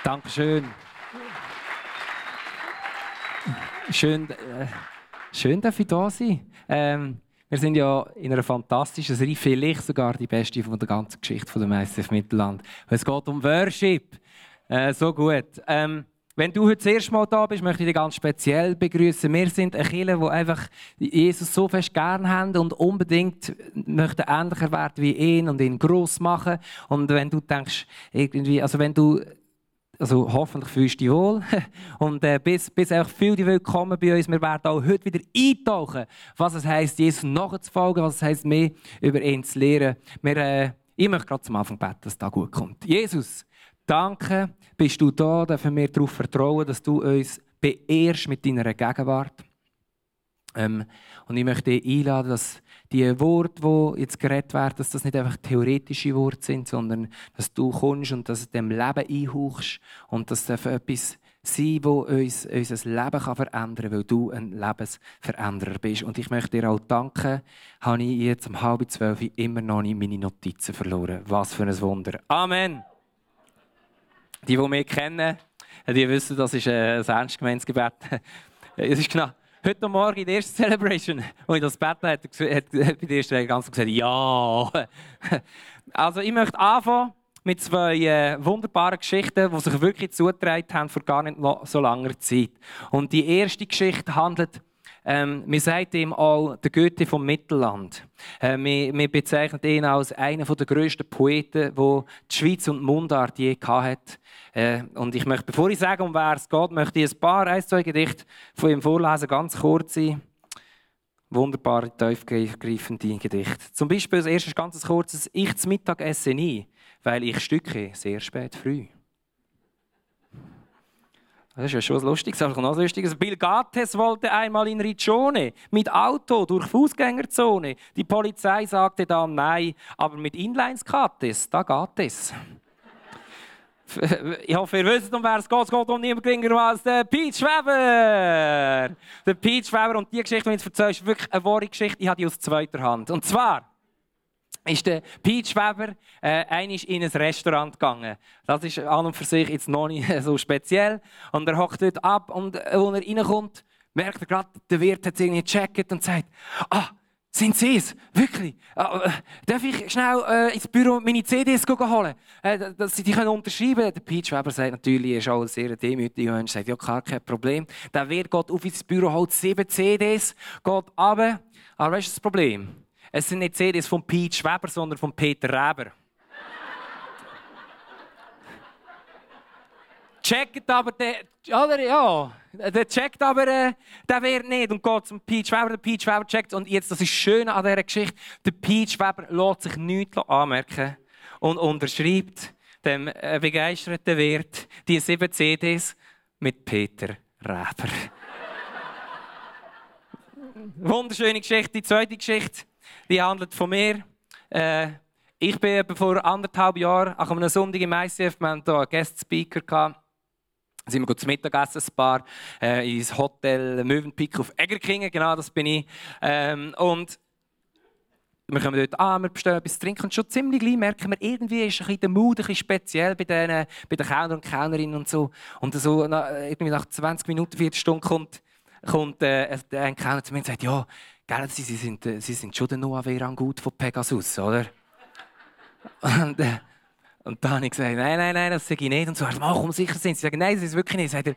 Dankeschön. Schön, dass ich da sein. Wir sind ja in einer fantastischen Serie, vielleicht sogar die beste von der ganzen Geschichte von dem ICF Mittelland. Es geht um Worship. So gut. Wenn du heute das erste Mal da bist, möchte ich dich ganz speziell begrüßen. Wir sind eine Kirche, die einfach Jesus so fest gerne haben und unbedingt möchten ähnlicher werden wie ihn und ihn gross machen. Und wenn du denkst, irgendwie, also hoffentlich fühlst du dich wohl und bist einfach viel willkommen bei uns. Wir werden auch heute wieder eintauchen, was es heisst, Jesus nachzufolgen, was es heisst, mehr über ihn zu lernen. Ich möchte gerade zum Anfang beten, dass es da gut kommt. Jesus, danke, bist du da, dürfen wir darauf vertrauen, dass du uns beehrst mit deiner Gegenwart. Und ich möchte dich einladen, dass die Worte, die jetzt geredet werden, dass das nicht einfach theoretische Worte sind, sondern dass du kommst und dass du dem Leben einhauchst. Und das darf etwas sein, das unser Leben verändern kann, weil du ein Lebensveränderer bist. Und ich möchte dir auch danken, habe ich jetzt um 11:30 immer noch nicht meine Notizen verloren. Was für ein Wunder. Amen. Die mich kennen, die wissen, das ist ein ernst gemeintes Gebet. Es ist genau. Heute Morgen in der ersten Celebration, als ich das Bett hatte, hat bei der ersten ganz gesagt, ja. Also ich möchte anfangen mit zwei wunderbaren Geschichten, die sich wirklich zugetragen haben vor gar nicht so langer Zeit. Und die erste Geschichte handelt, wir sagen ihm auch der Goethe vom Mittelland. Wir bezeichnen ihn als einen der grössten Poeten, die die Schweiz und die Mundart je hatte. Und ich möchte, bevor ich sage, um wer es geht, möchte ich ein zwei Gedichte von ihm vorlesen, ganz kurz sein. Wunderbare, tiefgreifende Gedichte. Zum Beispiel das erste ganz kurzes: Ich zum Mittag esse nie, weil ich stücke sehr spät früh. Das ist ja schon was Lustiges, aber noch was Lustiges. Bill Gates wollte einmal in Riccione mit Auto durch Fußgängerzone. Die Polizei sagte dann nein, aber mit Inlineskates, da geht es. Ich hoffe, ihr wisst, um wer es geht. Es geht um niemand geringer als den Pete Schweber. Der Pete Schweber, und die Geschichte, die ich jetzt erzähle, ist wirklich eine wahre Geschichte. Ich habe die aus zweiter Hand. Und zwar ist der Pete Schweber einmal in ein Restaurant gegangen. Das ist an und für sich jetzt noch nicht so speziell. Und er hockt dort ab und als er reinkommt, merkt er gerade, der Wirt hat es irgendwie gecheckt und sagt: «Ah, sind Sie es? Wirklich? Darf ich schnell ins Büro meine CDs holen? Dass Sie die unterschreiben können?» Der Pete Schweber sagt natürlich, er ist auch ein sehr demütiger Mensch, sagt: «Ja, klar, kein Problem.» Der Wirt geht auf ins Büro, holt 7 CDs, geht runter. Aber weißt du das Problem? Es sind nicht CDs von Pete Schweber, sondern von Peter Reber. Checkt aber der checkt aber der Wert nicht und geht zum Pete Schweber. Der Pete Schweber checkt, und jetzt, das ist schön an dieser Geschichte, der Pete Schweber lässt sich nichts anmerken und unterschreibt dem begeisterten Wirt die 7 CDs mit Peter Reber. Wunderschöne Geschichte. Die zweite Geschichte, die handelt von mir. Ich bin vor 1,5 Jahren an einem Sonntag im ICF, wir hatten hier einen Guest-Speaker. Da sind wir zum Mittagessen, ein paar, ins Hotel Mövenpick auf Egerkingen, genau, das bin ich. Und wir kommen dort an, wir bestellen etwas zu trinken, und schon ziemlich gleich merken wir, irgendwie ist der Mut ein bisschen speziell bei den Kellner und Kellnerinnen und so. Und so irgendwie nach 20 Minuten, Viertelstunde kommt ein Kellner zu mir und sagt: «Ja, gell, Sie sind schon der Noah Verangut von Pegasus, oder?» Und dann habe ich gesagt: «Nein, das sage ich nicht.» Und so: «Warum sicher sind Sie?» Sie sagen: «Nein, das ist wirklich nicht.» Sagt er: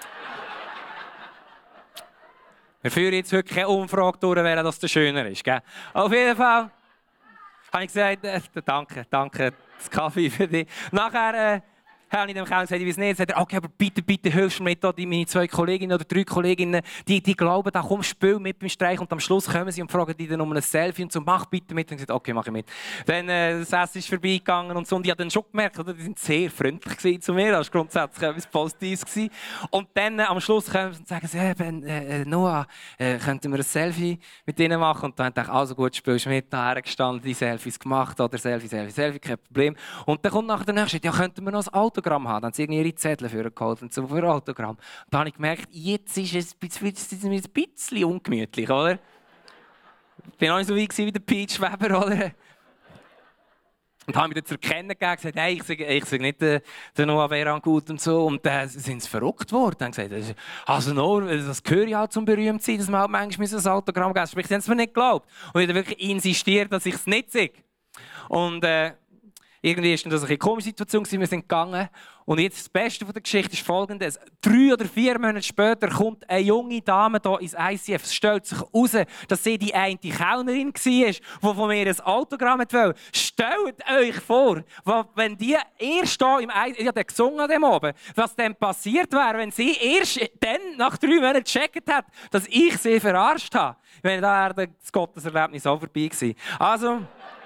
«Wir führen jetzt wirklich keine Umfrage durch, wer das der Schöner ist.» Gell? Auf jeden Fall habe ich gesagt: «Danke, das Kaffee für dich.» Nachher habe ich dem Kellner gesagt: «Ich weiß nicht.» Sagt er: «Okay, aber bitte hilfst du mir da, meine 2 Kolleginnen oder 3 Kolleginnen, die glauben, da komm, spiel mit beim Streich.» Und am Schluss kommen sie und fragen die dann um ein Selfie und so: «Mach bitte mit.» Und ich gesagt: «Okay, mache ich mit.» Dann das Essen ist vorbeigegangen und so. Und ich habe dann schon gemerkt, oder, die sind sehr freundlich zu mir. Das war grundsätzlich etwas Positives. Und dann am Schluss kommen sie und sagen sie: «Noah, könnten wir ein Selfie mit ihnen machen?» Und dann dachte ich: «Also gut, spielst du mit.» Da hergestanden, die Selfies gemacht, oder Selfie, kein Problem. Und dann kommt nachher der Nächste: «Ja, könnten wir noch ein Autogramm haben?» Dann haben sie irgendwie ihre Zettel vorgeholt und so für ein Autogramm. Und dann habe ich gemerkt, jetzt ist es ein bisschen ungemütlich, oder? Ich war noch nicht so weit wie der Pete Schweber, oder? Und haben mir dann zu erkennen gegeben, gesagt, hey, ich sage nicht der Noah Veran gut und so. Und dann sind sie verrückt worden. Dann gesagt, also nur, das gehört ja halt zum Berühmtsein, dass man halt manchmal ein Autogramm geben. Sprich, sie haben es mir nicht geglaubt. Und ich habe wirklich insistiert, dass ich es nicht sage. Und irgendwie war das eine komische Situation, wir sind gegangen. Und jetzt das Beste der Geschichte ist Folgendes. 3 oder 4 Monate später kommt eine junge Dame hier ins ICF. Es stellt sich heraus, dass sie die eine Kellnerin war, die von mir ein Autogramm wollte. Stellt euch vor, wenn die erst hier im ICF, ich habe gesungen an dem Abend, was dann passiert wäre, wenn sie erst dann, nach 3 Monaten gecheckt hat, dass ich sie verarscht habe. Wenn da wäre das Gotteserlebnis auch vorbei gewesen. Also,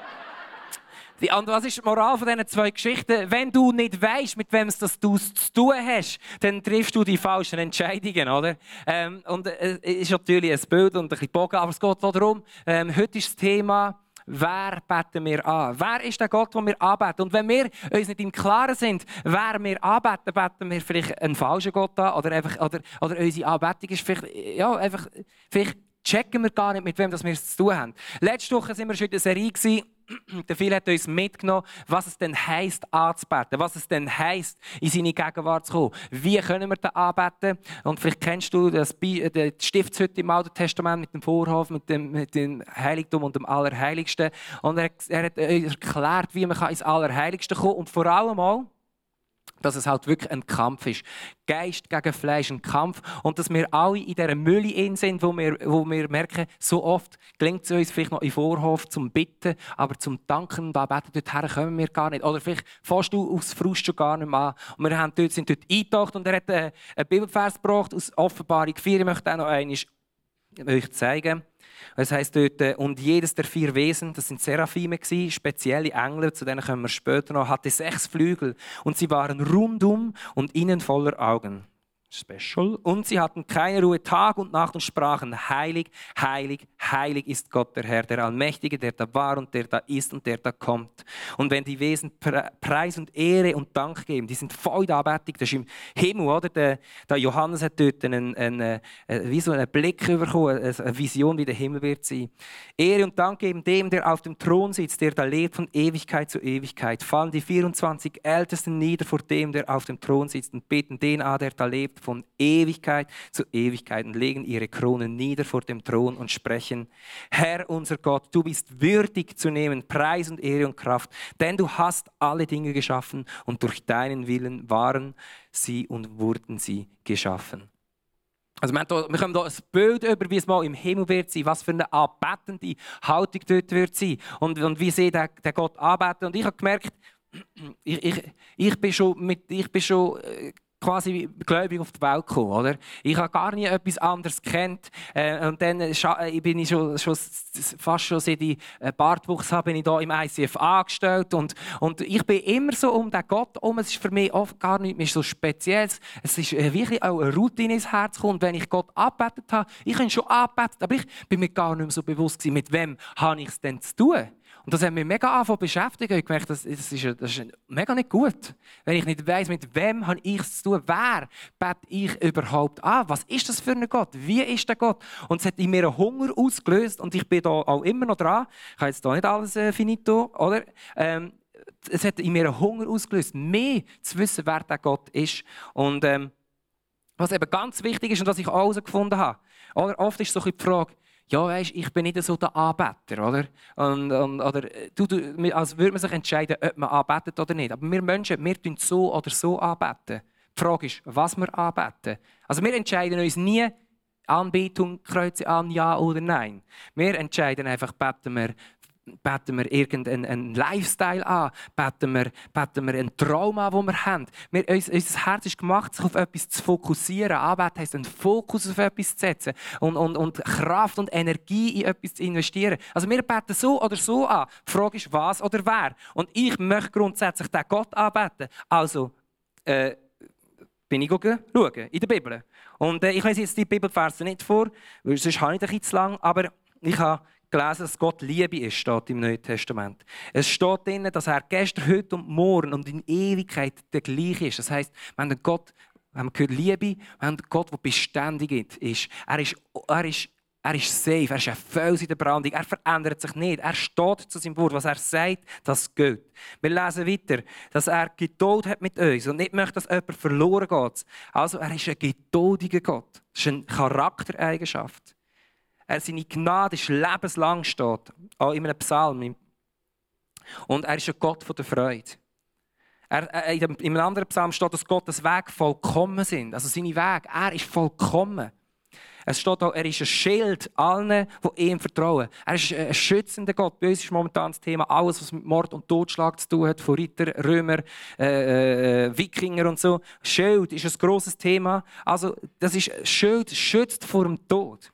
und was ist die Moral von diesen 2 Geschichten? Wenn du nicht weißt, mit wem du es zu tun hast, dann triffst du die falschen Entscheidungen, oder? Und es ist natürlich ein Bild und ein bisschen Bogen, aber es geht auch darum, heute ist das Thema, wer beten wir an? Wer ist der Gott, den wir anbeten? Und wenn wir uns nicht im Klaren sind, wer wir anbeten, beten wir vielleicht einen falschen Gott an oder unsere Anbetung ist vielleicht checken wir gar nicht, mit wem wir es zu tun haben. Letzte Woche waren wir schon in der Serie. Der Phil hat uns mitgenommen, was es denn heisst, anzubeten, was es denn heisst, in seine Gegenwart zu kommen. Wie können wir den anbeten? Und vielleicht kennst du die Stiftshütte im Alten Testament mit dem Vorhof, mit dem Heiligtum und dem Allerheiligsten. Und er hat uns erklärt, wie man ins Allerheiligste kommen kann. Und vor allem auch, dass es halt wirklich ein Kampf ist. Geist gegen Fleisch, ein Kampf. Und dass wir alle in dieser Mülle sind, wo wir merken, so oft gelingt es uns vielleicht noch im Vorhof zum Bitten, aber zum Danken und Anbeten, dorthin kommen wir gar nicht. Oder vielleicht fährst du aus Frust schon gar nicht mehr an. Und wir sind dort eingetaucht und er hat einen Bibelvers gebracht aus Offenbarung 4. Ich möchte auch noch einmal euch zeigen. Es heisst dort, und jedes der 4 Wesen, das sind Seraphime, spezielle Engel, zu denen kommen wir später noch, hatte 6 Flügel. Und sie waren rundum und innen voller Augen. Special. Und sie hatten keine Ruhe Tag und Nacht und sprachen, heilig, heilig, heilig ist Gott der Herr, der Allmächtige, der da war und der da ist und der da kommt. Und wenn die Wesen Preis und Ehre und Dank geben, die sind voll der Anbetung, das ist im Himmel, oder? Der Johannes hat dort wie so einen Blick bekommen, eine Vision, wie der Himmel wird sein. Ehre und Dank geben dem, der auf dem Thron sitzt, der da lebt von Ewigkeit zu Ewigkeit. Fallen die 24 Ältesten nieder vor dem, der auf dem Thron sitzt und beten den an, der da lebt von Ewigkeit zu Ewigkeit und legen ihre Kronen nieder vor dem Thron und sprechen, Herr unser Gott, du bist würdig zu nehmen Preis und Ehre und Kraft, denn du hast alle Dinge geschaffen und durch deinen Willen waren sie und wurden sie geschaffen. Also wir haben hier ein Bild über, wie es mal im Himmel wird sein, was für eine anbetende Haltung dort wird sein und wie sie den Gott anbeten. Und ich habe gemerkt, ich bin schon quasi gläubig auf die Welt gekommen, oder? Ich habe gar nie etwas anderes gekannt. Und dann bin ich schon fast schon seit ich Bartwuchs habe, bin ich hier im ICF angestellt. Und ich bin immer so um den Gott herum. Es ist für mich oft gar nichts mehr so Spezielles. Es ist wirklich auch eine Routine ins Herz gekommen. Und wenn ich Gott angebetet habe, ich habe ihn schon angebetet, aber ich bin mir gar nicht mehr so bewusst gewesen, mit wem habe ich es denn zu tun. Und das hat mich mega angefangen zu beschäftigen. Ich gemerkt, das ist mega nicht gut. Wenn ich nicht weiss, mit wem habe ich es zu tun, wer bete ich überhaupt an? Was ist das für ein Gott? Wie ist der Gott? Und es hat in mir einen Hunger ausgelöst und ich bin da auch immer noch dran. Ich habe jetzt hier nicht alles finito, oder? Es hat in mir einen Hunger ausgelöst, mehr zu wissen, wer der Gott ist. Und was eben ganz wichtig ist und was ich auch herausgefunden habe, oder? Oft ist so die Frage, ja, weisst, ich bin nicht so der Anbeter, oder? Oder als würde man sich entscheiden, ob man anbetet oder nicht. Aber wir Menschen, wir tun so oder so anbeten. Die Frage ist, was wir anbeten. Also wir entscheiden uns nie, Anbetung, Kreuze an, ja oder nein. Wir entscheiden einfach, beten wir irgendeinen Lifestyle an, beten wir einen Traum an, den wir haben. Unser Herz ist gemacht, sich auf etwas zu fokussieren. Anbeten heisst, einen Fokus auf etwas zu setzen und Kraft und Energie in etwas zu investieren. Also wir beten so oder so an. Die Frage ist, was oder wer. Und ich möchte grundsätzlich den Gott anbeten. Also bin ich schauen in der Bibel. Und ich lese jetzt die Bibelverse nicht vor, weil sonst habe ich ein bisschen zu lang, aber ich habe gelesen, dass Gott Liebe ist, steht im Neuen Testament. Es steht drin, dass er gestern, heute und morgen und in Ewigkeit der gleiche ist. Das heisst, wir haben Gott, wir haben gehört Liebe, wir haben Gott, der beständig ist. Er ist Er ist safe, er ist ein Fels in der Brandung, er verändert sich nicht, er steht zu seinem Wort, was er sagt, das geht. Wir lesen weiter, dass er Geduld hat mit uns und nicht möchte, dass jemand verloren geht. Also er ist ein geduldiger Gott, das ist eine Charaktereigenschaft. Seine Gnade ist lebenslang, steht, auch in einem Psalm. Und er ist ein Gott der Freude. In einem anderen Psalm steht, dass Gottes Wege vollkommen sind. Also seine Wege, er ist vollkommen. Es steht auch, er ist ein Schild allen, die ihm vertrauen. Er ist ein schützender Gott. Bei uns ist momentan das Thema alles, was mit Mord und Totschlag zu tun hat, von Ritter, Römer, Wikinger und so. Schild ist ein grosses Thema. Also, das ist Schild, schützt vor dem Tod.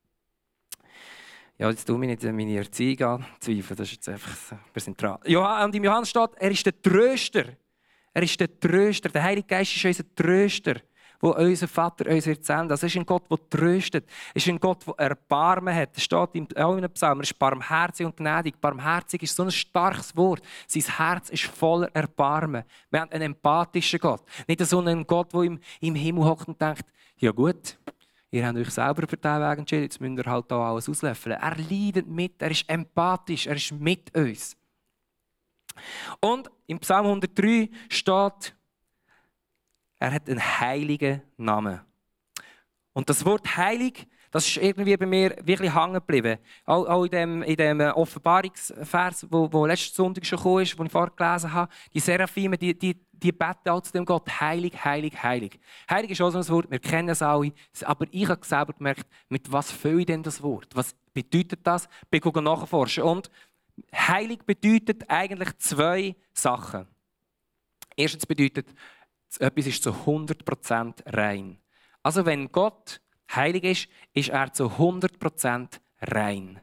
Ja, jetzt tue ich nicht meine Erziehung anzweifeln. Das ist jetzt einfach zentral. Ja, und im Johannes steht, er ist der Tröster. Er ist der Tröster. Der Heilige Geist ist unser Tröster, wo unser Vater uns wird senden. Das ist ein Gott, der tröstet. Es ist ein Gott, der Erbarmen hat. Das steht auch in einem Psalm. Er ist barmherzig und gnädig. Barmherzig ist so ein starkes Wort. Sein Herz ist voller Erbarmen. Wir haben einen empathischen Gott. Nicht so einen Gott, der im Himmel hockt und denkt, ja gut, ihr habt euch selber für diesen Weg entschieden, jetzt müsst ihr halt hier alles auslöffeln. Er leidet mit, er ist empathisch, er ist mit uns. Und im Psalm 103 steht, er hat einen heiligen Namen. Und das Wort heilig, das ist irgendwie bei mir wirklich hängen geblieben. Auch in dem Offenbarungsvers, wo letzten Sonntag schon gekommen ist, den ich vorher gelesen habe. Die Seraphime, die beten auch zu dem Gott, heilig, heilig, heilig. Heilig ist auch so ein Wort, wir kennen es alle. Aber ich habe selber gemerkt, mit was fülle ich denn das Wort? Was bedeutet das? Ich bin nachforschen. Und heilig bedeutet eigentlich 2 Sachen. Erstens bedeutet, etwas ist zu 100% rein. Also wenn Gott heilig ist, ist er zu 100% rein.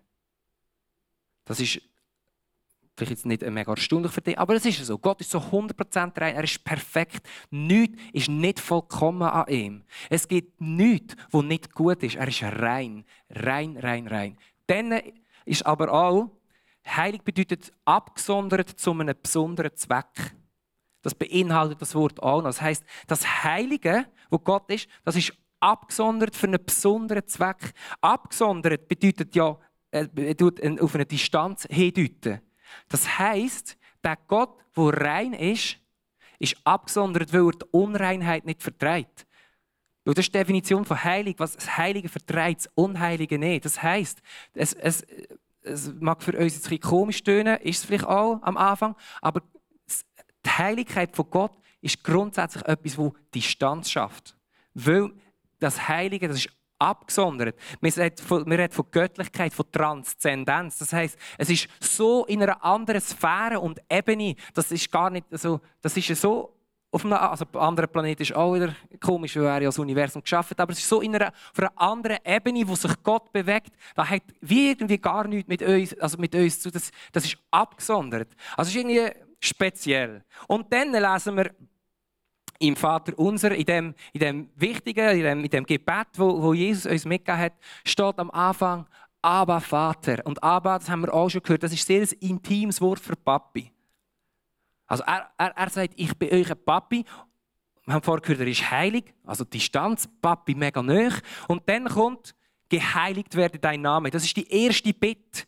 Das ist vielleicht jetzt nicht mega erstaunlich für dich, aber es ist so. Gott ist zu 100% rein, er ist perfekt. Nichts ist nicht vollkommen an ihm. Es gibt nichts, was nicht gut ist. Er ist rein. Rein, rein, rein. Dann ist aber auch, heilig bedeutet abgesondert zu einem besonderen Zweck. Das beinhaltet das Wort auch noch. Das heisst, das Heilige, wo Gott ist, das ist abgesondert für einen besonderen Zweck. Abgesondert bedeutet ja, auf eine Distanz hindeuten. Das heisst, der Gott, der rein ist abgesondert, weil er die Unreinheit nicht verträgt. Und das ist die Definition von heilig. Was das Heilige verträgt, das Unheilige nicht. Das heisst, es mag für uns jetzt ein bisschen komisch tönen, ist es vielleicht auch am Anfang, aber die Heiligkeit von Gott ist grundsätzlich etwas, das Distanz schafft. Weil das Heilige, das ist abgesondert. Wir reden von Göttlichkeit, von Transzendenz. Das heisst, es ist so in einer anderen Sphäre und Ebene, das ist gar nicht so, das ist so auf einem anderen Planeten ist auch wieder komisch, weil er ja das Universum geschaffen hat, aber es ist so auf einer anderen Ebene, wo sich Gott bewegt, da hat wie irgendwie gar nichts mit uns zu tun. Das ist abgesondert. Also es ist irgendwie speziell. Und dann lesen wir im Vater unser, in dem wichtigen, in dem Gebet, wo Jesus uns mitgegeben hat, steht am Anfang Abba Vater. Und Abba, das haben wir auch schon gehört, das ist sehr ein intimes Wort für Papi. Also er sagt, ich bin euch ein Papi. Wir haben vorher gehört, er ist heilig, also Distanz, Papi mega nahe. Und dann kommt, geheiligt werde dein Name. Das ist die erste Bitte,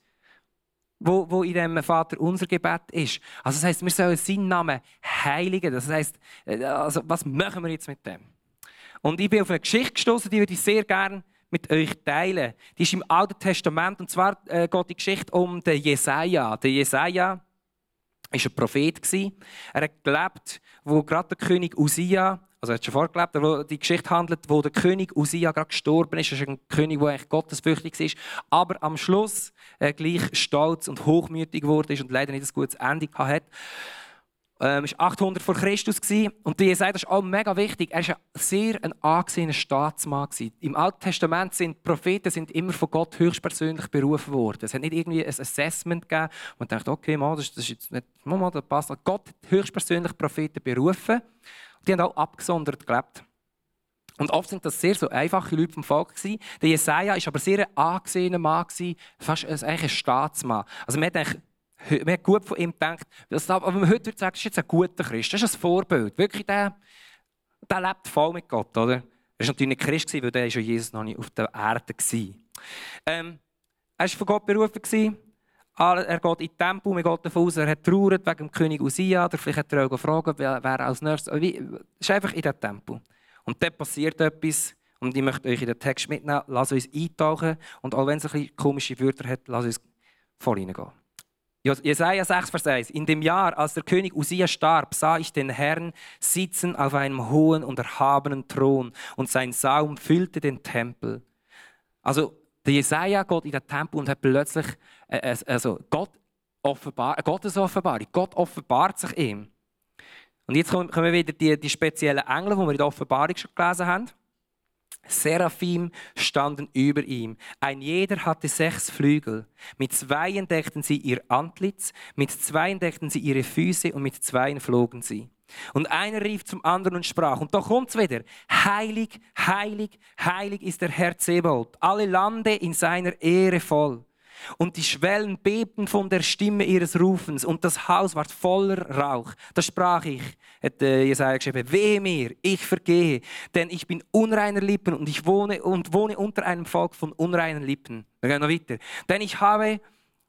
wo in dem Vater unser Gebet ist. Also das heisst, wir sollen seinen Namen heiligen. Das heisst, also was machen wir jetzt mit dem? Und ich bin auf eine Geschichte gestoßen, die würde ich sehr gerne mit euch teilen. Die ist im Alten Testament, und zwar geht die Geschichte um den Jesaja. Der Jesaja war ein Prophet. Er hat gelebt, wo gerade der König Usia, also er hat schon vorgelebt, wo die Geschichte handelt, wo der König Usia gerade gestorben ist. Das ist ein König, der eigentlich gottesfürchtig ist, aber am Schluss gleich stolz und hochmütig geworden ist und leider nicht ein gutes Ende hatte. Er war 800 vor Christus und die Jesaja, das ist auch mega wichtig. Er war ein sehr angesehener Staatsmann. Im Alten Testament sind Propheten immer von Gott höchstpersönlich berufen worden. Es hat nicht irgendwie ein Assessment gegeben, wo man denkt, okay, das ist jetzt nicht, das passt. Gott hat höchstpersönlich Propheten berufen. Die haben auch abgesondert gelebt. Und oft sind das sehr so einfache Leute vom Volk gewesen. Der Jesaja war aber sehr ein angesehener Mann, fast eigentlich ein Staatsmann. Also man hat gut von ihm gedacht, aber man heute würde sagen, das ist jetzt ein guter Christ, das ist ein Vorbild. Wirklich, der lebt voll mit Gott, oder? Er war natürlich nicht Christ, weil der schon Jesus noch nicht auf der Erde war. Er war von Gott berufen. Er geht in den Tempel, man geht davon aus, er hat trauert wegen dem König Usia. Oder vielleicht hat er auch gefragt, wer als nächstes. Es ist einfach in diesem Tempel. Und dort passiert etwas. Und ich möchte euch in den Text mitnehmen. Lasst uns eintauchen. Und auch wenn es ein bisschen komische Wörter hat, lasst uns vorhineingehen. Jesaja 6, Vers 1. In dem Jahr, als der König Usia starb, sah ich den Herrn sitzen auf einem hohen und erhabenen Thron. Und sein Saum füllte den Tempel. Also, der Jesaja geht in den Tempel und hat plötzlich Gottesoffenbarung. Gott offenbart sich ihm. Und jetzt kommen wieder die speziellen Engel, die wir in der Offenbarung schon gelesen haben. Seraphim standen über ihm. Ein jeder hatte 6 Flügel. Mit 2 deckten sie ihr Antlitz, mit 2 deckten sie ihre Füße und mit 2 flogen sie. Und einer rief zum anderen und sprach, und da kommt es wieder, heilig, heilig, heilig ist der Herr Zebaoth, alle Lande in seiner Ehre voll. Und die Schwellen bebten von der Stimme ihres Rufens und das Haus ward voller Rauch. Da sprach ich, hat Jesaja geschrieben, wehe mir, ich vergehe, denn ich bin unreiner Lippen und ich wohne unter einem Volk von unreinen Lippen. Wir gehen noch weiter. Denn ich habe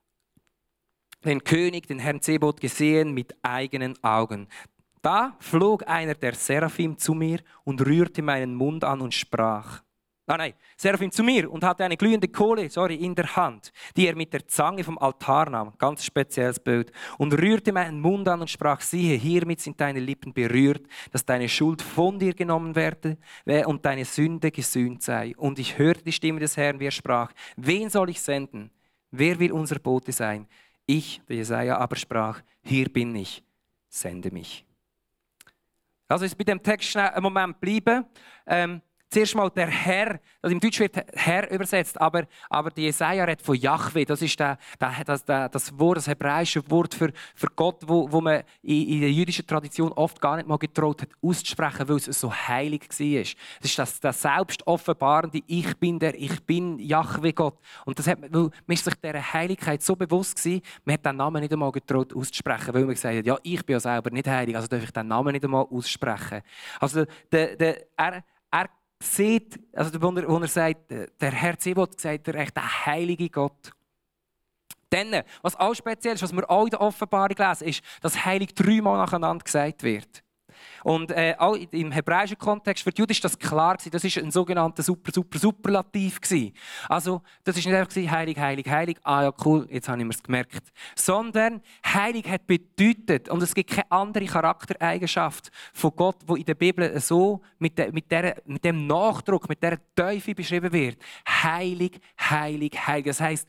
den König, den Herrn Zebaoth, gesehen mit eigenen Augen. Da flog einer der Seraphim zu mir und rührte meinen Mund an und sprach. Seraphim zu mir und hatte eine glühende Kohle in der Hand, die er mit der Zange vom Altar nahm. Ganz spezielles Bild. Und rührte meinen Mund an und sprach, siehe, hiermit sind deine Lippen berührt, dass deine Schuld von dir genommen werde und deine Sünde gesühnt sei. Und ich hörte die Stimme des Herrn, wie er sprach, wen soll ich senden? Wer will unser Bote sein? Ich, der Jesaja, aber sprach, hier bin ich, sende mich. Also ist bei dem Text schnell einen Moment bleiben. Zuerst mal der Herr, also im Deutsch wird Herr übersetzt, aber die Jesaja redet von Jahwe. Das ist das Wort, das hebräische Wort für Gott, wo man in der jüdischen Tradition oft gar nicht mal getraut hat auszusprechen, weil es so heilig war. Das ist das selbstoffenbarende Ich bin Jahwe Gott. Und das weil man ist sich dieser Heiligkeit so bewusst gewesen, man hat den Namen nicht einmal getraut auszusprechen, weil man gesagt hat, ja, ich bin ja selber nicht heilig, also darf ich den Namen nicht einmal aussprechen. Also er sieht, also wo er sagt, der Herr Zebaoth sagt, der heilige Gott. Dann, was auch speziell ist, was wir auch in der Offenbarung lesen, ist, dass heilig 3-mal nacheinander gesagt wird. Und auch im hebräischen Kontext für die Juden ist das klar gewesen, das ist ein sogenannter Superlativ gewesen. Also das ist nicht einfach heilig, heilig, heilig. Ah ja, cool, jetzt habe ich mir es gemerkt. Sondern heilig hat bedeutet, und es gibt keine andere Charaktereigenschaft von Gott, die in der Bibel so mit dem Nachdruck, mit dieser Tiefe beschrieben wird. Heilig, heilig, heilig. Das heisst,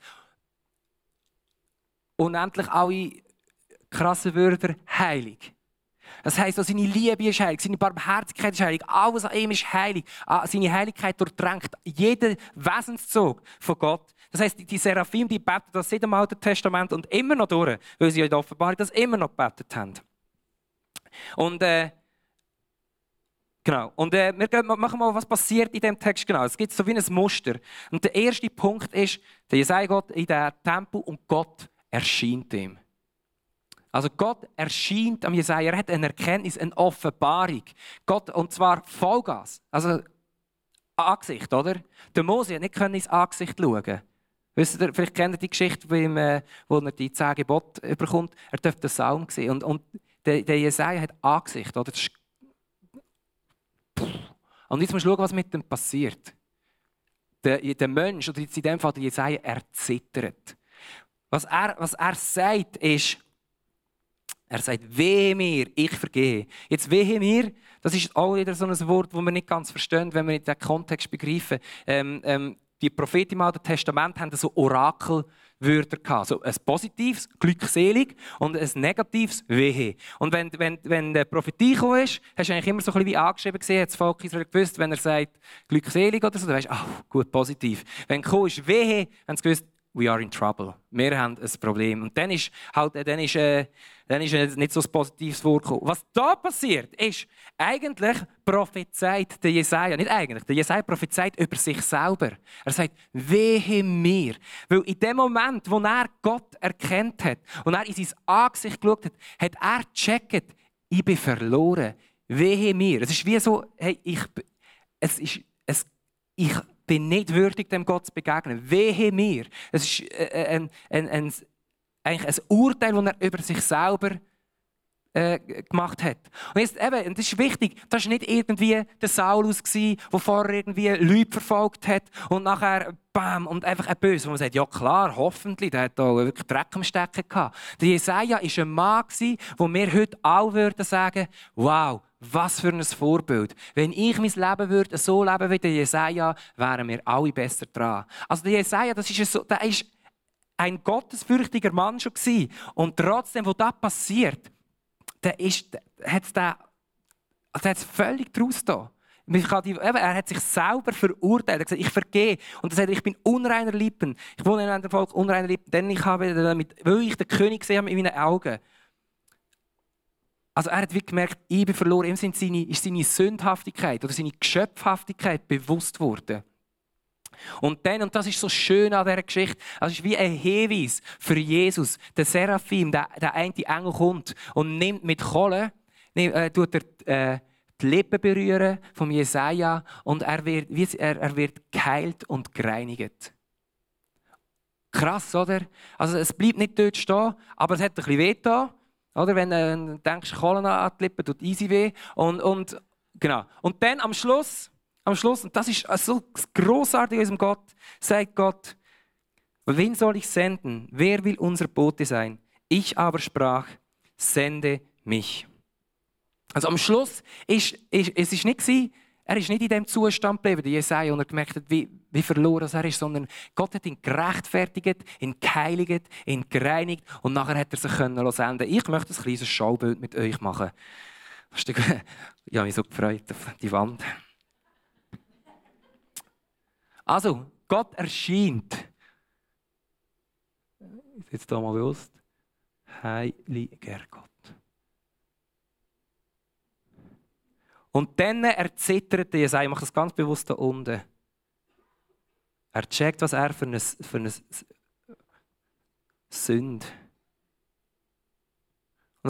unendlich alle krasse Wörter heilig. Das heisst, auch seine Liebe ist heilig, seine Barmherzigkeit ist heilig, alles an ihm ist heilig. Seine Heiligkeit durchdrängt jeden Wesenszug von Gott. Das heisst, die Seraphim, die beten das seit dem Alten Testament und immer noch durch, weil sie in der Offenbarung das immer noch gebetet haben. Und genau. Und wir machen mal, was passiert in diesem Text genau. Es gibt so wie ein Muster. Und der erste Punkt ist, der Jesaja geht in den Tempel und Gott erscheint ihm. Also Gott erscheint am Jesaja, er hat eine Erkenntnis, eine Offenbarung. Gott, und zwar Vollgas, also Angesicht, oder? Der Mose konnte nicht ins Angesicht schauen. Wisst ihr, vielleicht kennt ihr die Geschichte, wo er die 10 Gebote bekommt. Er darf den Saum sehen. Und der Jesaja hat Angesicht, oder? Und jetzt musst du schauen, was mit dem passiert. Der Mensch, oder jetzt in dem Fall der Jesaja, er zittert. Was er sagt, ist, er sagt, wehe mir, ich vergehe. Jetzt wehe mir, das ist auch wieder so ein Wort, das wir nicht ganz verstehen, wenn wir in den Kontext begreifen. Die Propheten im Alten Testament haben so Orakelwörter gehabt. So ein positives, glückselig, und ein negatives, wehe. Und wenn die Prophetie gekommen ist, hast du eigentlich immer so ein bisschen wie angeschrieben gesehen, hat das Volk Israel gewusst, wenn er sagt, glückselig oder so, dann weißt du, gut, positiv. Wenn gekommen ist, wehe, haben sie gewusst, we are in trouble. Wir haben ein Problem. Und dann ist nicht so ein positives Wort gekommen. Was da passiert, ist, eigentlich prophezeit der Jesaja, nicht eigentlich, der Jesaja prophezeit über sich selber. Er sagt, wehe mir. Weil in dem Moment, wo er Gott erkannt hat und er in sein Angesicht geschaut hat, hat er gecheckt, ich bin verloren. Wehe mir. Es ist wie so, hey, ich bin bin nicht würdig, dem Gott zu begegnen. Wehe mir. Es ist eigentlich ein Urteil, das er über sich selber gemacht hat. Und jetzt eben, und das ist wichtig, das war nicht irgendwie der Saulus, der vorher irgendwie Leute verfolgt hat und nachher bam, und einfach ein Böse, wo man sagt, ja klar, hoffentlich, der hat da wirklich Dreck am Stecken gehabt. Der Jesaja war ein Mann, wo wir heute alle würden sagen, wow, was für ein Vorbild. Wenn ich mein Leben würde so leben wie der Jesaja, wären wir alle besser dran. Also der Jesaja, der ist ein gottesfürchtiger Mann schon gewesen. Und trotzdem, wo das passiert, hat es völlig draus da. Er hat sich selber verurteilt. Er hat gesagt, ich vergehe. Und er sagt, ich bin unreiner Lippen. Ich wohne in einem Volk unreiner Lippen, denn ich habe damit, weil ich den König gesehen habe in meinen Augen. Also er hat wirklich gemerkt, ich bin verloren. Ihm ist seine Sündhaftigkeit oder seine Geschöpfhaftigkeit bewusst worden. Und das ist so schön an dieser Geschichte, es ist wie ein Hinweis für Jesus. Der Seraphim, der eine Engel kommt und nimmt mit Kohle, tut die Lippen berühren vom Jesaja und er wird geheilt und gereinigt. Krass, oder? Also es bleibt nicht dort stehen, aber es hat ein bisschen weh da, oder? Wenn du denkst, Kohle an die Lippen tut easy weh. Genau. Und dann am Schluss, und das ist so grossartig in unserem Gott, sagt Gott, wen soll ich senden? Wer will unser Bote sein? Ich aber sprach, sende mich. Also am Schluss er ist nicht in dem Zustand geblieben, der Jesaja, und er gemerkt hat, wie verloren er ist, sondern Gott hat ihn gerechtfertigt, ihn geheiligt, ihn gereinigt und nachher hat er sich senden. Ich möchte ein kleines Schaubild mit euch machen. Ich habe mich so gefreut auf die Wand. Also, Gott erscheint. Jetzt hier mal bewusst. Heiliger Gott. Und dann erzittert Jesaja, macht das ganz bewusst da unten. Er checkt, was er für eine Sünde. Und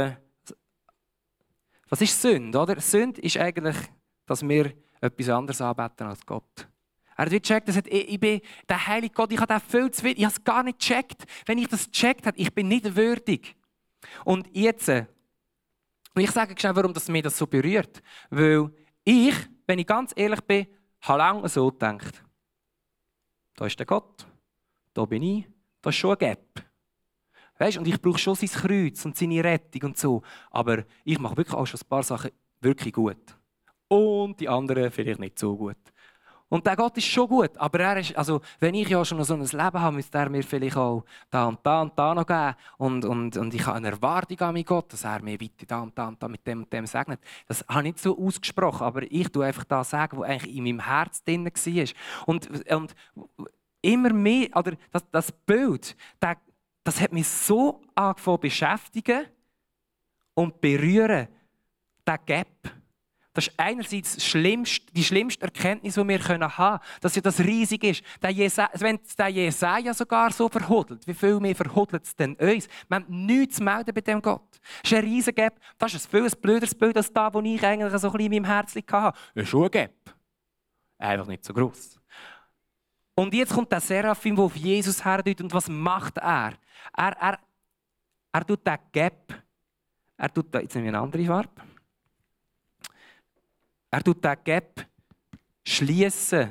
was ist Sünde, oder? Sünde ist eigentlich, dass wir etwas anderes anbeten als Gott. Er hat gecheckt, ich bin der heilige Gott, ich habe das viel zu viel, ich habe es gar nicht gecheckt. Wenn ich das gecheckt habe, ich bin nicht würdig. Und jetzt, und ich sage schnell, warum das mich das so berührt. Weil ich, wenn ich ganz ehrlich bin, habe lange so gedacht. Da ist der Gott, da bin ich, da ist schon ein Gap. Weißt, und ich brauche schon sein Kreuz und seine Rettung und so. Aber ich mache wirklich auch schon ein paar Sachen wirklich gut. Und die anderen vielleicht nicht so gut. Und der Gott ist schon gut, aber er ist, also, wenn ich ja schon so ein Leben habe, müsste er mir vielleicht auch da und da und da noch geben. Und ich habe eine Erwartung an meinen Gott, dass er mir weiter da und da und da mit dem und dem segnet. Das habe ich nicht so ausgesprochen, aber ich tue einfach das sagen, was eigentlich in meinem Herz drin war. Und immer mehr, oder das Bild, das hat mich so angefangen zu beschäftigen und berühren, der Gap. Das ist einerseits die schlimmste Erkenntnis, die wir haben können, dass ja das riesig ist. Wenn es der Jesaja sogar so verhuddelt, wie viel mehr verhuddelt es denn uns? Wir haben nichts zu melden bei dem Gott. Das ist ein riesiger Gap. Das ist ein viel blöderes Bild als das, das ich eigentlich so ein bisschen in meinem Herzen hatte. Das ist schon ein Gap. Einfach nicht so gross. Und jetzt kommt der Seraphim, der auf Jesus herdeutet. Und was macht er? Er tut den Gap. Jetzt nehme ich eine andere Farbe. Er tut den Gap schliessen,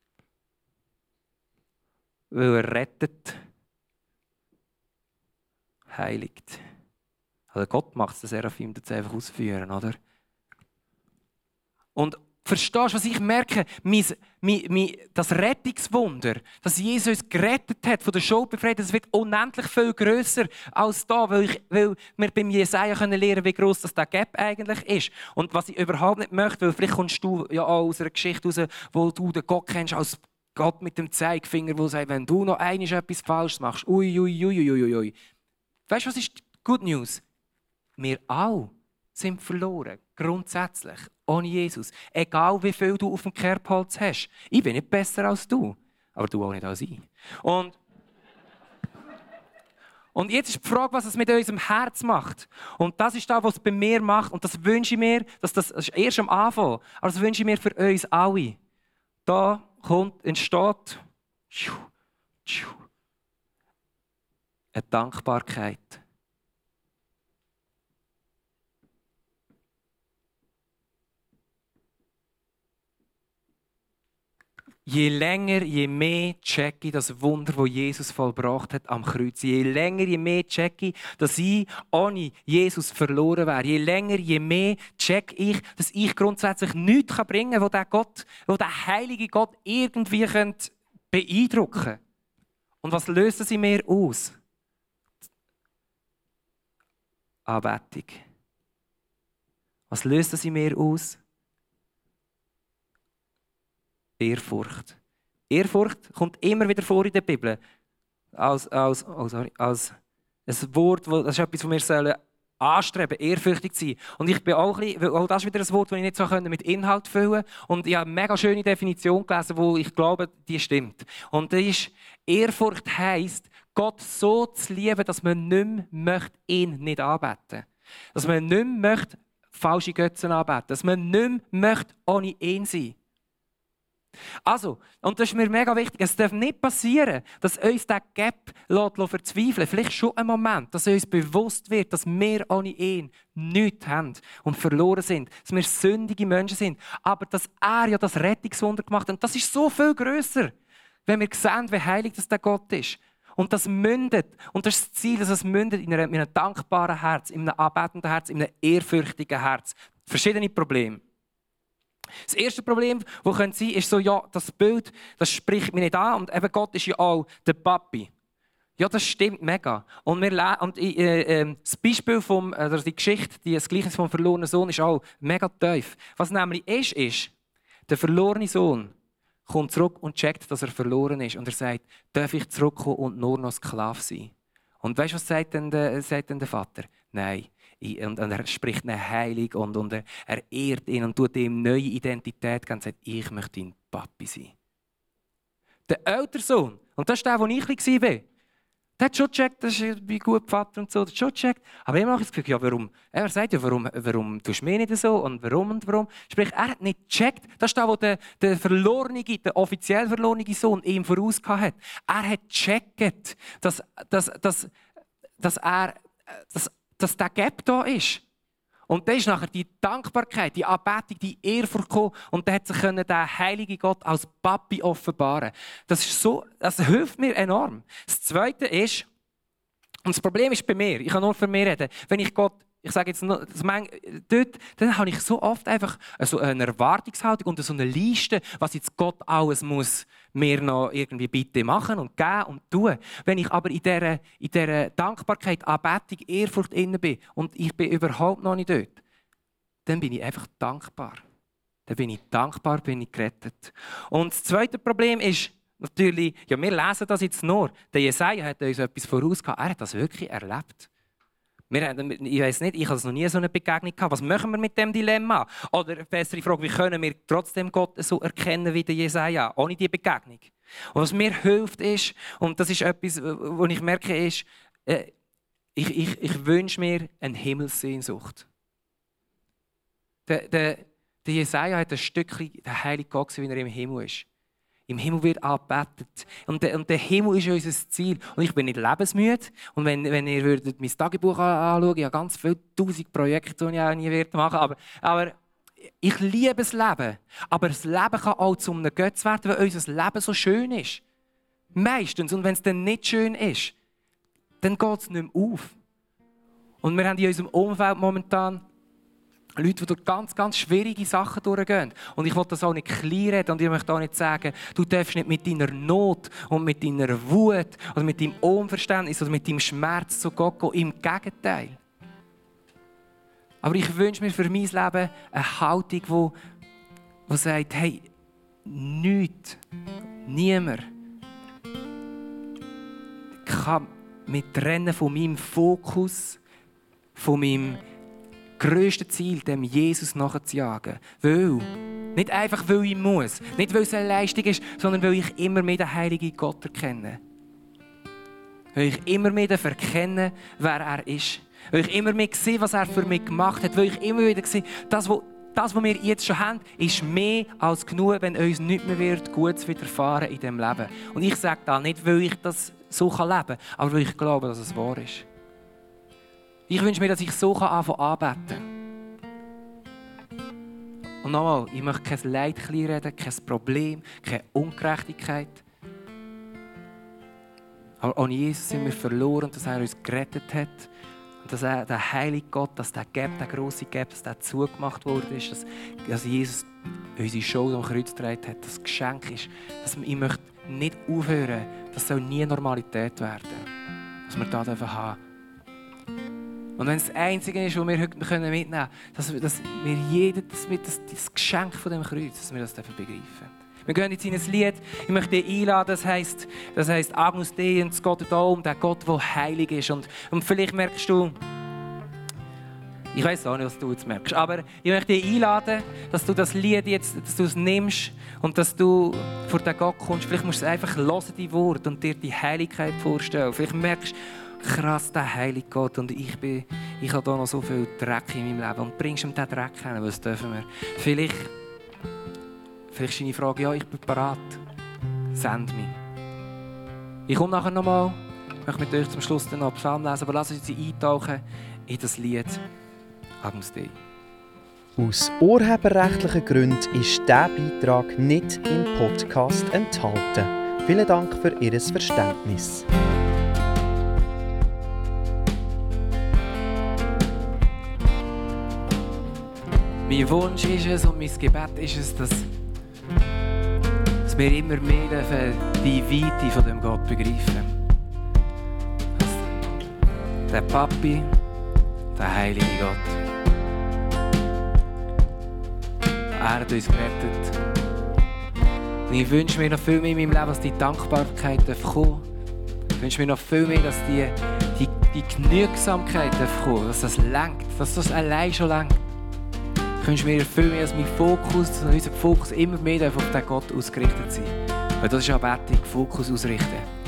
weil er rettet, heiligt. Also Gott macht es, der Seraphim, das einfach ausführen, oder? Und verstehst du, was ich merke? Das Rettungswunder, dass Jesus uns gerettet hat, von der Schuld befreit, das wird unendlich viel grösser als da, weil wir beim Jesaja lernen können, wie gross das der Gap eigentlich ist. Und was ich überhaupt nicht möchte, weil vielleicht kommst du ja auch aus einer Geschichte raus, wo du den Gott kennst als Gott mit dem Zeigefinger, der sagt, wenn du noch einmal etwas Falsches machst, ui. Weißt du, was ist die Good News? Wir alle sind verloren, grundsätzlich, ohne Jesus. Egal wie viel du auf dem Kerbholz hast. Ich bin nicht besser als du, aber du auch nicht als ich. Und jetzt ist die Frage, was es mit unserem Herz macht. Und das ist das, was es bei mir macht. Und das wünsche ich mir, das ist erst am Anfang, aber das wünsche ich mir für uns alle. Da entsteht eine Dankbarkeit. Je länger, je mehr checke ich das Wunder, das Jesus vollbracht hat am Kreuz. Je länger, je mehr checke ich, dass ich ohne Jesus verloren wäre. Je länger, je mehr checke ich, dass ich grundsätzlich nichts bringen kann, was der heilige Gott irgendwie beeindrucken könnte. Und was löst es in mir aus? Anbetung. Was löst es in mir aus? Ehrfurcht. Ehrfurcht kommt immer wieder vor in der Bibel. Als ein Wort, das ist etwas, das wir anstreben sollen, ehrfürchtig zu sein. Und ich bin auch das ist wieder ein Wort, das ich nicht so mit Inhalt füllen konnte. Und ich habe eine mega schöne Definition gelesen, wo ich glaube, die stimmt. Und das ist, Ehrfurcht heisst, Gott so zu lieben, dass man nicht mehr ihn nicht anbeten möchte. Dass man nicht mehr falsche Götzen anbeten möchte. Dass man nicht mehr ohne ihn sein möchte. Also, und das ist mir mega wichtig, es darf nicht passieren, dass uns dieser Gap verzweifeln. Vielleicht schon einen Moment, dass uns bewusst wird, dass wir ohne ihn nichts haben und verloren sind. Dass wir sündige Menschen sind. Aber dass er ja das Rettungswunder gemacht hat. Und das ist so viel grösser, wenn wir sehen, wie heilig das der Gott ist. Und das mündet, und das ist das Ziel, dass es mündet in einem dankbaren Herz, in einem anbetenden Herz, in einem ehrfürchtigen Herz. Verschiedene Probleme. Das erste Problem, das sein könnte, ist so, ja, das Bild, das spricht mich nicht an. Und eben Gott ist ja auch der Papi. Ja, das stimmt mega. Und das Beispiel die Geschichte, das Gleichnis vom verlorenen Sohn ist auch mega tief. Was nämlich ist, der verlorene Sohn kommt zurück und checkt, dass er verloren ist. Und er sagt, darf ich zurückkommen und nur noch Sklave sein? Und weißt du, was sagt denn der Vater? Nein. Und er spricht ihn heilig und er ehrt ihn und tut ihm neue Identität geben und sagt, ich möchte dein Papi sein. Der ältere Sohn, und das ist der, wo ich klein war, der hat schon gecheckt, das ist wie gut Vater und so, der hat schon gecheckt. Aber immer habe ich das Gefühl, ja, warum? Er sagt ja, warum tust du mir nicht so und warum? Sprich, er hat nicht gecheckt, das ist der, wo der offiziell verlorene Sohn ihm voraus hat. Er hat gecheckt, dass der Gap da ist. Und dann ist nachher die Dankbarkeit, die Anbetung, die Ehrfurcht gekommen. Und dann hat sich der heilige Gott als Papi offenbaren. Das hilft mir enorm. Das Zweite ist, und das Problem ist bei mir, ich kann nur für mich reden, wenn ich Gott, ich sage jetzt noch, dann habe ich so oft einfach so eine Erwartungshaltung und so eine Liste, was jetzt Gott alles muss mir noch irgendwie bitte machen und geben und tun. Wenn ich aber in dieser Dankbarkeit, Anbetung, Ehrfurcht inne bin und ich bin überhaupt noch nicht dort, dann bin ich einfach dankbar. Dann bin ich dankbar, bin ich gerettet. Und das zweite Problem ist natürlich, ja, wir lesen das jetzt nur. Der Jesaja hat uns etwas vorausgehabt. Er hat das wirklich erlebt. Ich weiss nicht, ich habe noch nie so eine Begegnung gehabt. Was machen wir mit dem Dilemma? Oder eine bessere Frage, wie können wir trotzdem Gott so erkennen wie der Jesaja, ohne diese Begegnung? Und was mir hilft ist, und das ist etwas, was ich merke, ist, ich wünsche mir eine Himmelssehnsucht. Der Jesaja hat ein Stückchen den heiligen Gott gesehen, wie er im Himmel ist. Im Himmel wird angebetet. Und der Himmel ist unser Ziel. Und ich bin nicht lebensmüde. Und wenn ihr mein Tagebuch anschaut, ich habe ganz viele 1000 Projekte, die ich auch nie machen werde. Aber ich liebe das Leben. Aber das Leben kann auch zu einem Götz werden, weil unser Leben so schön ist. Meistens. Und wenn es dann nicht schön ist, dann geht es nicht mehr auf. Und wir haben in unserem Umfeld momentan Leute, die durch ganz, ganz schwierige Sachen durchgehen. Und ich will das auch nicht kleinreden und ich möchte auch nicht sagen, du darfst nicht mit deiner Not und mit deiner Wut oder mit deinem Unverständnis oder mit deinem Schmerz zu Gott gehen. Im Gegenteil. Aber ich wünsche mir für mein Leben eine Haltung, die sagt, hey, nichts, niemand kann mich trennen von meinem Fokus, von meinem grösste Ziel, dem Jesus nachzujagen. Nicht einfach, weil ich muss, nicht weil es eine Leistung ist, sondern weil ich immer mehr den heiligen Gott erkenne. Weil ich immer mehr erkenne, wer er ist. Weil ich immer mehr sehe, was er für mich gemacht hat. Weil ich immer wieder sehe, das, was das, was wir jetzt schon haben, ist mehr als genug, wenn uns nicht mehr wird Gutes widerfahren in diesem Leben. Und ich sage das nicht, weil ich das so leben kann, aber weil ich glaube, dass es wahr ist. Ich wünsche mir, dass ich so anfangen anbeten kann. Und nochmal, ich möchte kein Leid kleinreden, kein Problem, keine Ungerechtigkeit. Aber ohne Jesus sind wir verloren, dass er uns gerettet hat. Und dass er, der heilige Gott, dass der grosse Gap, dass der zugemacht worden ist, dass Jesus unsere Schuld am Kreuz getragen hat, das Geschenk ist. Dass ich möchte nicht aufhören, das soll nie Normalität werden. Dass wir da haben dürfen. Und wenn es das Einzige ist, was wir heute mitnehmen können, dass wir das Geschenk von dem Kreuz, dass wir das begreifen dürfen. Wir gehen jetzt in ein Lied. Ich möchte dich einladen, das heisst Agnus Dei und Gott da um, der Gott, der heilig ist. Und vielleicht merkst du, ich weiß auch nicht, was du jetzt merkst, aber ich möchte dich einladen, dass du das Lied jetzt, dass du es nimmst und dass du vor den Gott kommst. Vielleicht musst du es einfach hören, die Worte, und dir die Heiligkeit vorstellen. Vielleicht merkst du, krass, der heilige Gott, und ich habe hier noch so viel Dreck in meinem Leben. Und bringst ihm diesen Dreck hin, was dürfen wir? Vielleicht ist deine Frage, ja, ich bin bereit. Send mich. Ich komme nachher nochmal. Ich möchte mit euch zum Schluss dann noch Psalm lesen, aber lasst uns eintauchen in das Lied Agnus Dei. Aus urheberrechtlichen Gründen ist dieser Beitrag nicht im Podcast enthalten. Vielen Dank für Ihr Verständnis. Mein Wunsch ist es und mein Gebet ist es, dass wir immer mehr die Weite von dem Gott begreifen. Der Papi, der heilige Gott. Er hat uns gerettet. Und ich wünsche mir noch viel mehr in meinem Leben, dass die Dankbarkeit kommen darf. Ich wünsche mir noch viel mehr, dass die Genügsamkeit kommen darf, dass das lenkt, dass das allein schon lenkt. Ich wünsche mir viel mehr, dass unser Fokus immer mehr auf den Gott ausgerichtet sein. Weil das ist ja Bettung, Fokus ausrichten.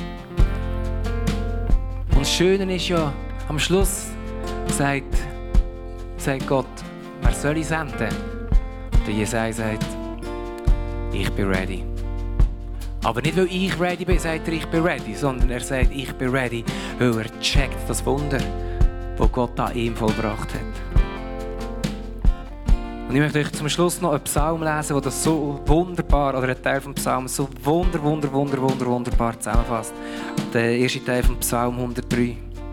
Und das Schöne ist ja, am Schluss sagt Gott, wer soll ich senden? Der Jesaja sagt, ich bin ready. Aber nicht, weil ich ready bin, sagt er, ich bin ready, sondern er sagt, ich bin ready, weil er checkt das Wunder, das Gott an ihm vollbracht hat. Und ich möchte euch zum Schluss noch einen Psalm lesen, der das so wunderbar, oder einen Teil vom Psalm so wunderbar zusammenfasst. Der erste Teil vom Psalm 103.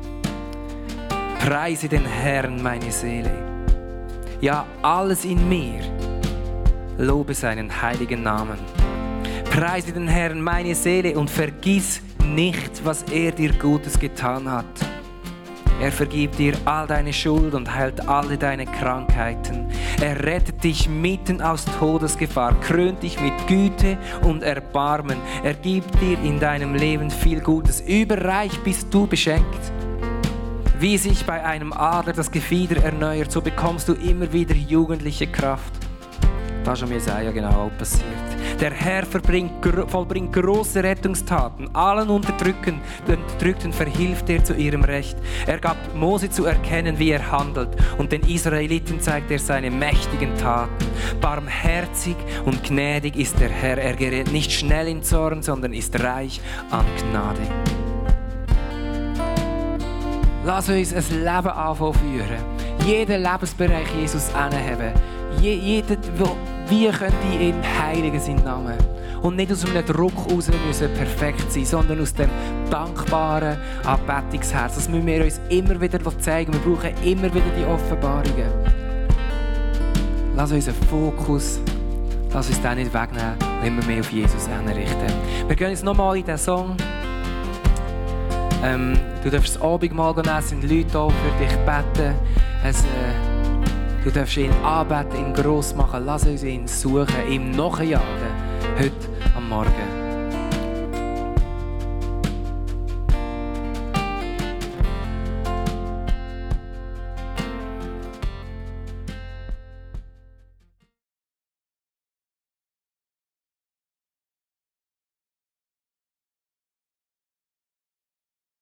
Preise den Herrn, meine Seele. Ja, alles in mir. Lobe seinen heiligen Namen. Preise den Herrn, meine Seele, und vergiss nicht, was er dir Gutes getan hat. Er vergibt dir all deine Schuld und heilt alle deine Krankheiten. Er rettet dich mitten aus Todesgefahr, krönt dich mit Güte und Erbarmen. Er gibt dir in deinem Leben viel Gutes. Überreich bist du beschenkt. Wie sich bei einem Adler das Gefieder erneuert, so bekommst du immer wieder jugendliche Kraft. Das ist am Jesaja genau passiert. Der Herr vollbringt große Rettungstaten. Allen Unterdrückten verhilft er zu ihrem Recht. Er gab Mose zu erkennen, wie er handelt. Und den Israeliten zeigt er seine mächtigen Taten. Barmherzig und gnädig ist der Herr. Er gerät nicht schnell in Zorn, sondern ist reich an Gnade. Lass uns ein Leben anfangen führen. Jeden Lebensbereich Jesus anheben. Wie könnte ich ihn heiligen, seinen Namen? Und nicht aus einem Druck heraus müssen perfekt sein, sondern aus dem dankbaren Anbetungsherz. Das müssen wir uns immer wieder zeigen. Wir brauchen immer wieder die Offenbarungen. Lass uns einen Fokus, lass uns den nicht wegnehmen und immer mehr auf Jesus richten. Wir gehen jetzt nochmal in diesen Song. Du darfst das Abendmahl nehmen, es sind Leute da für dich beten. Du darfst ihn anbeten, ihn gross machen. Lass uns ihn suchen, ihm nachjagen. Heute am Morgen.